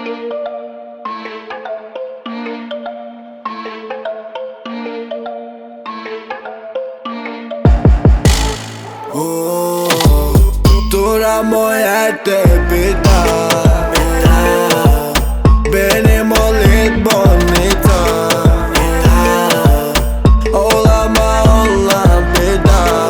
Duramıyor yerde bir daha. Benim o Lil Bonita. Olama olan bir daha.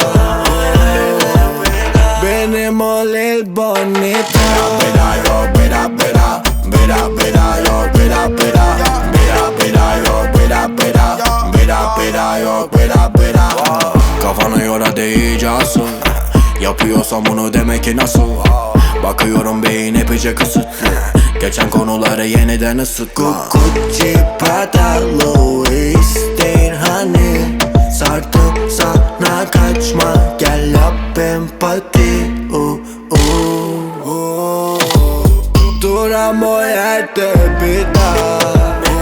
Benim o Lil Bonita. Beda yok, beda beda. Beda beda yok, beda beda. Beda beda yok, beda beda. Beda beda yok, beda beda. Kafana göre de iyice asıl. Yapıyorsam bunu demek ki nasıl? Bakıyorum beyin epeyce kısıtlı. Geçen konuları yeniden ısıtma. Gucci, Prada, Louis değil hani. Sardım sana kaçma. Gel yap empati. Duramıyor yerde bir daha.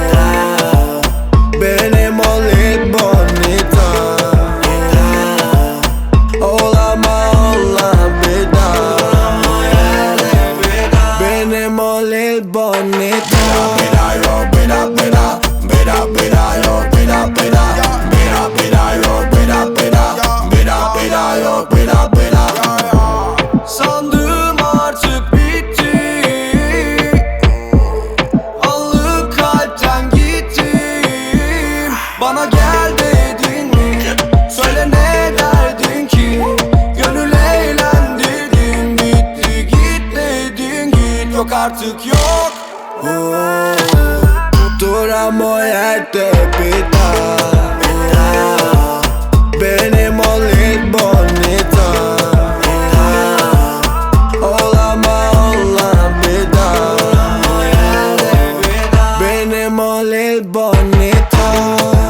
Benim o Lil Bonita. Olama olan bir daha. Benim o Lil Bonita. Beda yok, beda beda. Beda beda yok, beda beda. Beda beda yok, beda beda. Beda beda yok, beda beda. Sandım artık bitti. Allık kalpten gittim. Bana gel dedin mi? Söyle ne derdin ki? Gönül eğlendirdin. Bitti git dedin git. Yok artık yok. Duramıyor yerde bir daha. Benim o Lil Bonita. Olama olan bir daha. Benim o Lil Bonita.